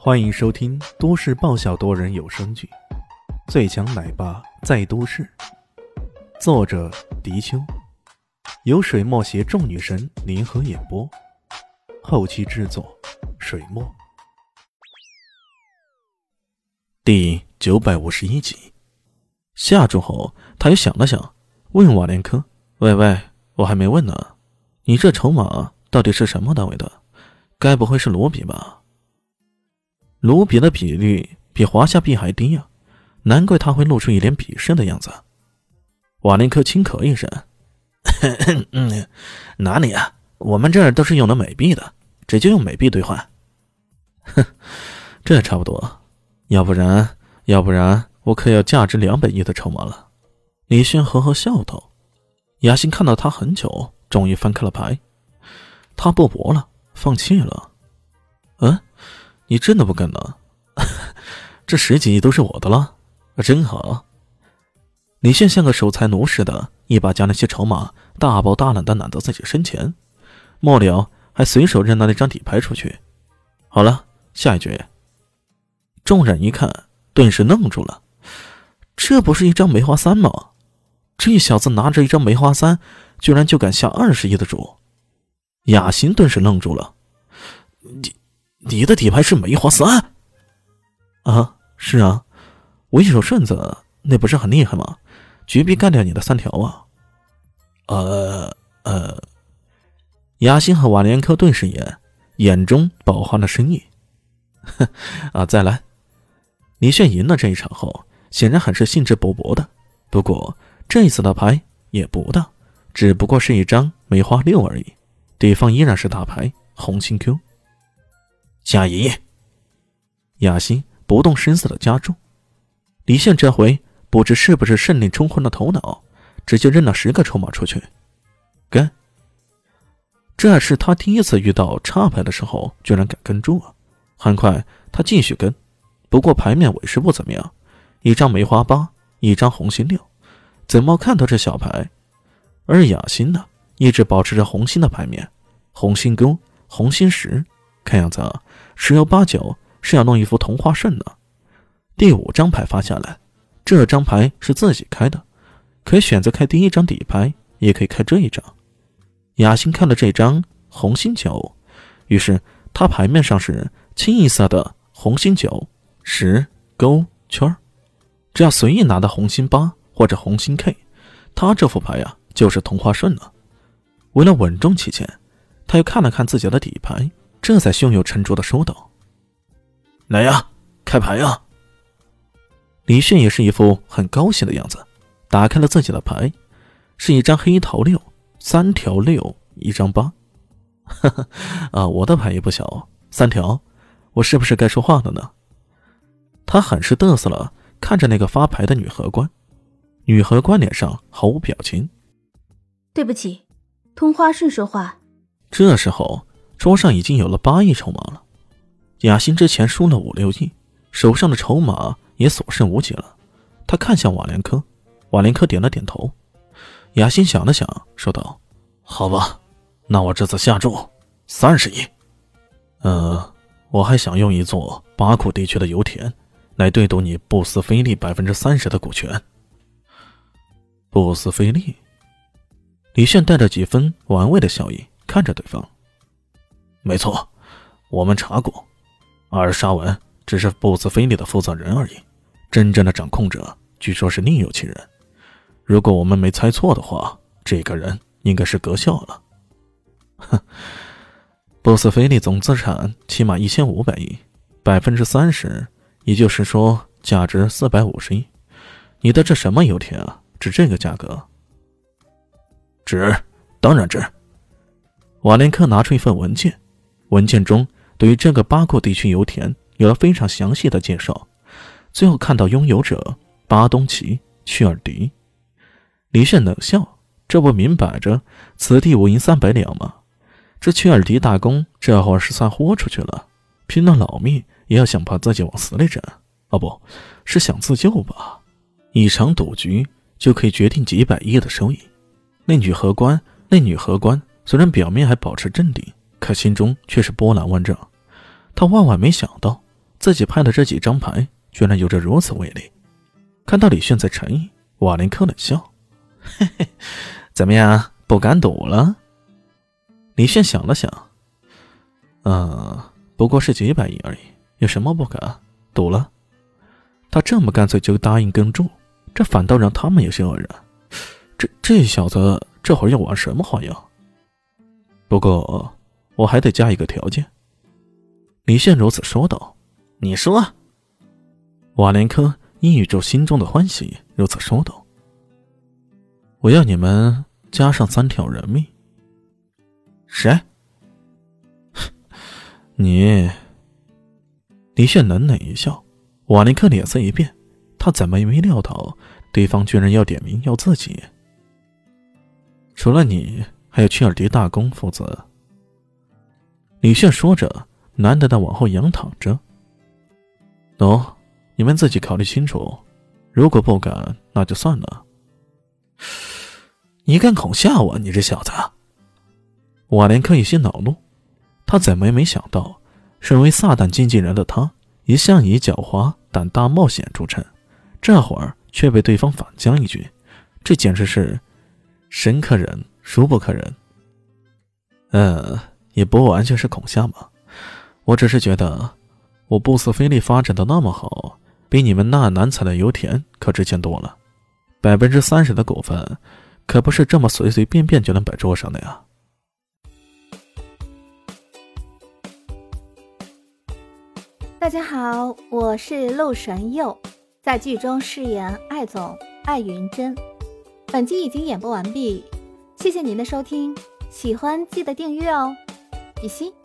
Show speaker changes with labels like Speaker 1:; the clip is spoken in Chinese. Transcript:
Speaker 1: 欢迎收听都市爆笑多人有声剧《最强奶爸在都市》，作者：迪秋，由水墨携众女神联合演播，后期制作：水墨。第951集。下注后，他又想了想，问瓦连科：“喂，我还没问呢，你这筹码到底是什么单位的？该不会是卢比吧？”卢比的比率比华夏币还低啊，难怪他会露出一脸鄙视的样子。瓦林科轻咳一声：“哪里啊？我们这儿都是用的美币的，直接用美币兑换。”哼，这差不多。要不然我可要价值200亿的筹码了。李炫呵呵笑道。雅欣看到他很久，终于翻开了牌。他不搏了，放弃了。你真的不跟了？这10几亿都是我的了，真好。李炫像个守财奴似的，一把将那些筹码大包大揽地揽到自己身前，末了还随手扔到那张底牌出去。好了，下一局。众人一看，顿时愣住了。这不是一张梅花3吗？这小子拿着一张梅花3，居然就敢下20亿的注。雅欣顿时愣住了。你的底牌是梅花3？啊，是啊，我一手顺子，那不是很厉害吗？绝逼干掉你的3条啊！雅欣和瓦连科顿时眼中饱含了深意。再来。李炫赢了这一场后，显然很是兴致勃勃的。不过这一次的牌也不大，只不过是一张梅花6而已，对方依然是大牌红心 Q。加1。雅欣不动声色地加注。李炫这回不知是不是胜利冲昏了头脑，直接扔了10个筹码出去。跟。这是他第一次遇到差牌的时候居然敢跟注啊！很快他继续跟，不过牌面尾势不怎么样，一张梅花8，一张红心6，怎么看都是小牌。而雅欣呢，一直保持着红心的牌面，红心勾，红心10，看样子10有8九是要弄一副同花顺呢。第5张牌发下来，这张牌是自己开的，可以选择开第1张底牌，也可以开这一张。雅欣看了这张红心9，于是他牌面上是清一色的红心9、10、勾、圈，只要随意拿到红心8或者红心 K， 他这副牌就是同花顺了。为了稳重起见，他又看了看自己的底牌，这才胸有成竹地说道：“来呀，开牌呀！”李炫也是一副很高兴的样子，打开了自己的牌，是一张黑桃6、3条6，一张8。我的牌也不小，3条，我是不是该说话了呢？他很是嘚瑟了，看着那个发牌的女荷官。女荷官脸上毫无表情。
Speaker 2: 对不起，同花顺说话。
Speaker 1: 这时候桌上已经有了8亿筹码了。雅欣之前输了5、6亿，手上的筹码也所剩无几了。他看向瓦连科，瓦连科点了点头。雅欣想了想，说道：“好吧，那我这次下注30亿。我还想用一座巴库地区的油田来对赌你布斯菲利30%的股权。”布斯菲利？李炫带着几分玩味的笑意看着对方。没错，我们查过，阿尔沙文只是布斯菲利的负责人而已，真正的掌控者据说是另有其人。如果我们没猜错的话，这个人应该是阁校了。布斯菲利总资产起码1500亿，30%，也就是说价值450亿。你的这什么油田啊，值这个价格？值，当然值。瓦连科拿出一份文件，文件中对于这个巴库地区油田有了非常详细的介绍，最后看到拥有者巴东奇、屈尔迪。李炫冷笑，这不明摆着此地无银300两吗？这屈尔迪大公这会儿是算豁出去了，拼了老命也要想把自己往死里整。不是想自救吧？一场赌局就可以决定几百亿的收益。那女荷官虽然表面还保持镇定，可心中却是波澜万丈。她万万没想到自己拍的这几张牌居然有着如此威力。看到李炫在沉意，瓦林科冷笑：“嘿嘿，怎么样，不敢赌了？”李炫想了想，不过是几百亿而已，有什么不敢？赌了。他这么干脆就答应跟注，这反倒让他们有些愕然。这小子这会儿要玩什么花样？不过我还得加一个条件。李炫如此说道。你说。瓦连科抑郁住心中的欢喜，如此说道。我要你们加上3条人命。谁？你。李炫冷冷一笑。瓦林克脸色一变，他怎么也没料到对方居然要点名要自己。除了你，还有屈尔迪大公负责。李炫说着，难得的往后仰躺着。你们自己考虑清楚，如果不敢，那就算了。你敢恐吓我，你这小子！瓦连克有些恼怒，他怎么也没想到，身为撒旦经纪人的他，一向以狡猾、胆大冒险著称，这会儿却被对方反将一军，这简直是神可忍，孰不可忍。也不完全是恐吓嘛，我只是觉得我布斯菲利发展的那么好，比你们那南采的油田可值钱多了，30%的股份可不是这么随随便便就能摆桌上的呀。
Speaker 3: 大家好，我是陆神佑，在剧中饰演艾总艾云珍。本集已经演播完毕，谢谢您的收听，喜欢记得订阅哦，比心。